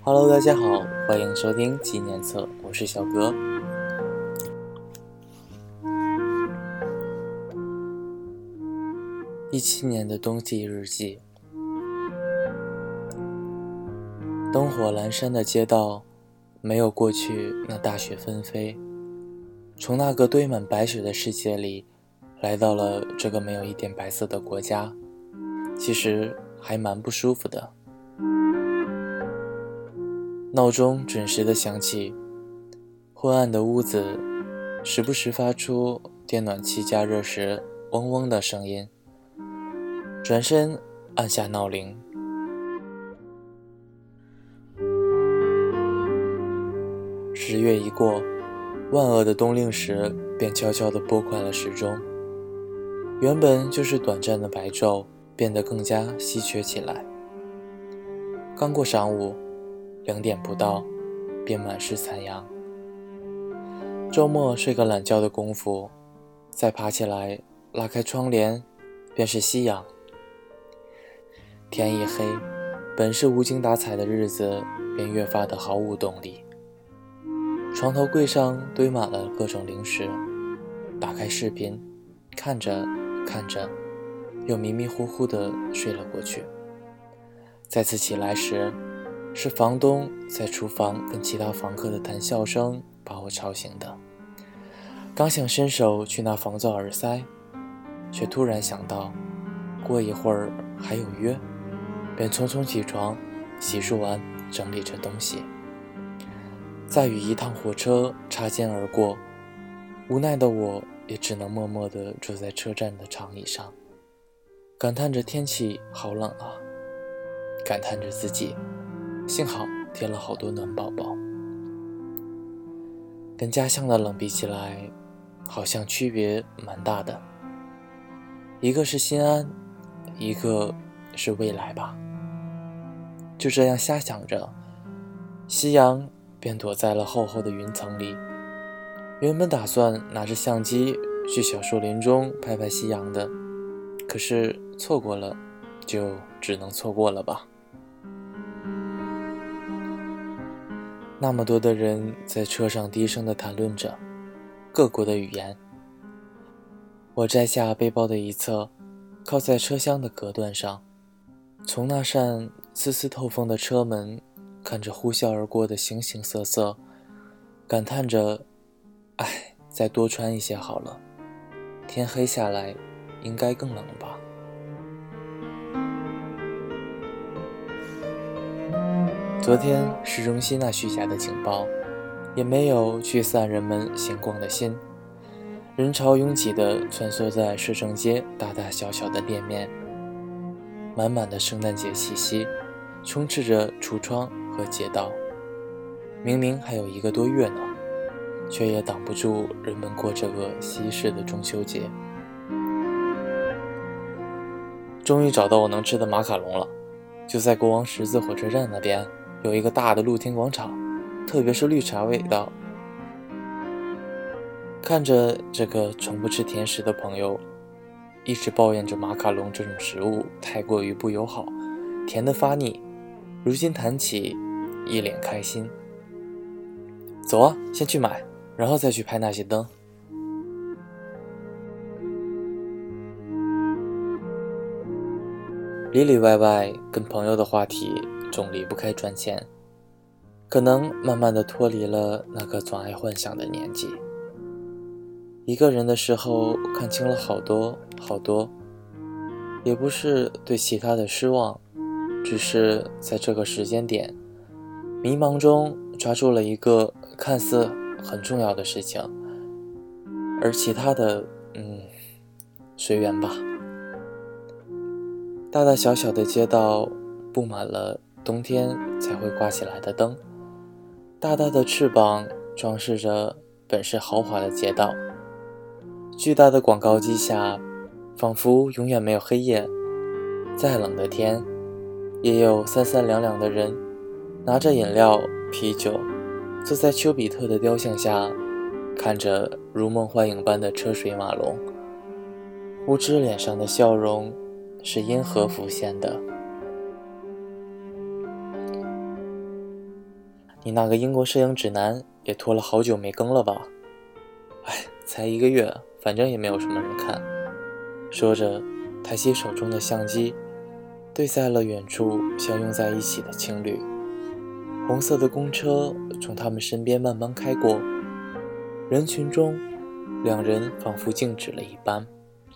Hello， 大家好，欢迎收听纪念册，我是小哥。17年的冬季日记，灯火阑珊的街道，没有过去那大雪纷飞，从那个堆满白雪的世界里，来到了这个没有一点白色的国家，其实还蛮不舒服的。闹钟准时的响起，昏暗的屋子时不时发出电暖器加热时嗡嗡的声音。转身按下闹铃。10月一过，万恶的冬令时便悄悄地拨快了时钟。原本就是短暂的白昼变得更加稀缺起来。刚过晌午，2点不到，便满是残阳。周末睡个懒觉的功夫，再爬起来拉开窗帘，便是夕阳。天一黑，本是无精打采的日子便越发的毫无动力。床头柜上堆满了各种零食，打开视频，看着看着，又迷迷糊糊地睡了过去。再次起来时，是房东在厨房跟其他房客的谈笑声把我吵醒的。刚想伸手去拿防噪耳塞，却突然想到过一会儿还有约，便匆匆起床，洗漱完整理着东西。再与一趟火车擦肩而过，无奈的我也只能默默地坐在车站的长椅上，感叹着天气好冷啊，感叹着自己幸好贴了好多暖宝宝。跟家乡的冷比起来，好像区别蛮大的，一个是心安，一个是未来吧。就这样瞎想着，夕阳便躲在了厚厚的云层里。原本打算拿着相机去小树林中拍拍夕阳的，可是错过了，就只能错过了吧。那么多的人在车上低声地谈论着各国的语言。我摘下背包的一侧，靠在车厢的隔断上，从那扇丝丝透风的车门看着呼啸而过的形形色色，感叹着唉，再多穿一些好了，天黑下来应该更冷吧。昨天市中心那虚假的警报也没有驱散人们闲逛的心，人潮拥挤地穿梭在市政街大大小小的店面，满满的圣诞节气息充斥着橱窗和街道。明明还有1个多月呢，却也挡不住人们过这个西式的中秋节。终于找到我能吃的马卡龙了，就在国王十字火车站那边有一个大的露天广场，特别是绿茶味道。看着这个从不吃甜食的朋友一直抱怨着马卡龙这种食物太过于不友好，甜得发腻，如今谈起一脸开心。走啊，先去买，然后再去拍那些灯。里里外外跟朋友的话题总离不开赚钱，可能慢慢的脱离了那个总爱幻想的年纪。一个人的时候看清了好多好多，也不是对其他的失望，只是在这个时间点迷茫中抓住了一个看似很重要的事情，而其他的随缘吧。大大小小的街道布满了冬天才会挂起来的灯，大大的翅膀装饰着本是豪华的街道。巨大的广告机下，仿佛永远没有黑夜。再冷的天，也有三三两两的人拿着饮料、啤酒，坐在丘比特的雕像下，看着如梦幻影般的车水马龙。无知脸上的笑容是因何浮现的？ 你那个英国摄影指南也拖了好久没更了吧？哎，才1个月，反正也没有什么人看。说着，抬起手中的相机，对在了远处相拥在一起的情侣。红色的公车从他们身边慢慢开过，人群中，两人仿佛静止了一般。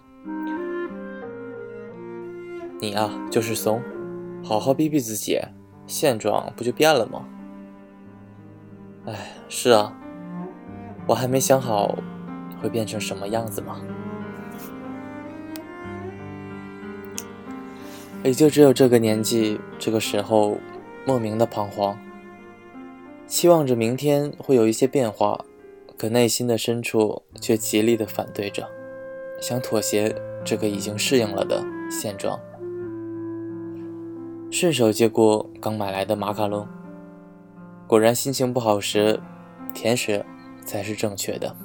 你啊，就是怂，好好逼逼自己，现状不就变了吗？哎，是啊，我还没想好会变成什么样子嘛。也就只有这个年纪，这个时候，莫名的彷徨，期望着明天会有一些变化，可内心的深处却极力的反对着，想妥协这个已经适应了的现状。顺手接过刚买来的马卡龙，果然心情不好时，甜食才是正确的。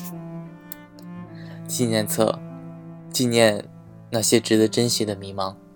纪念册，纪念那些值得珍惜的迷茫。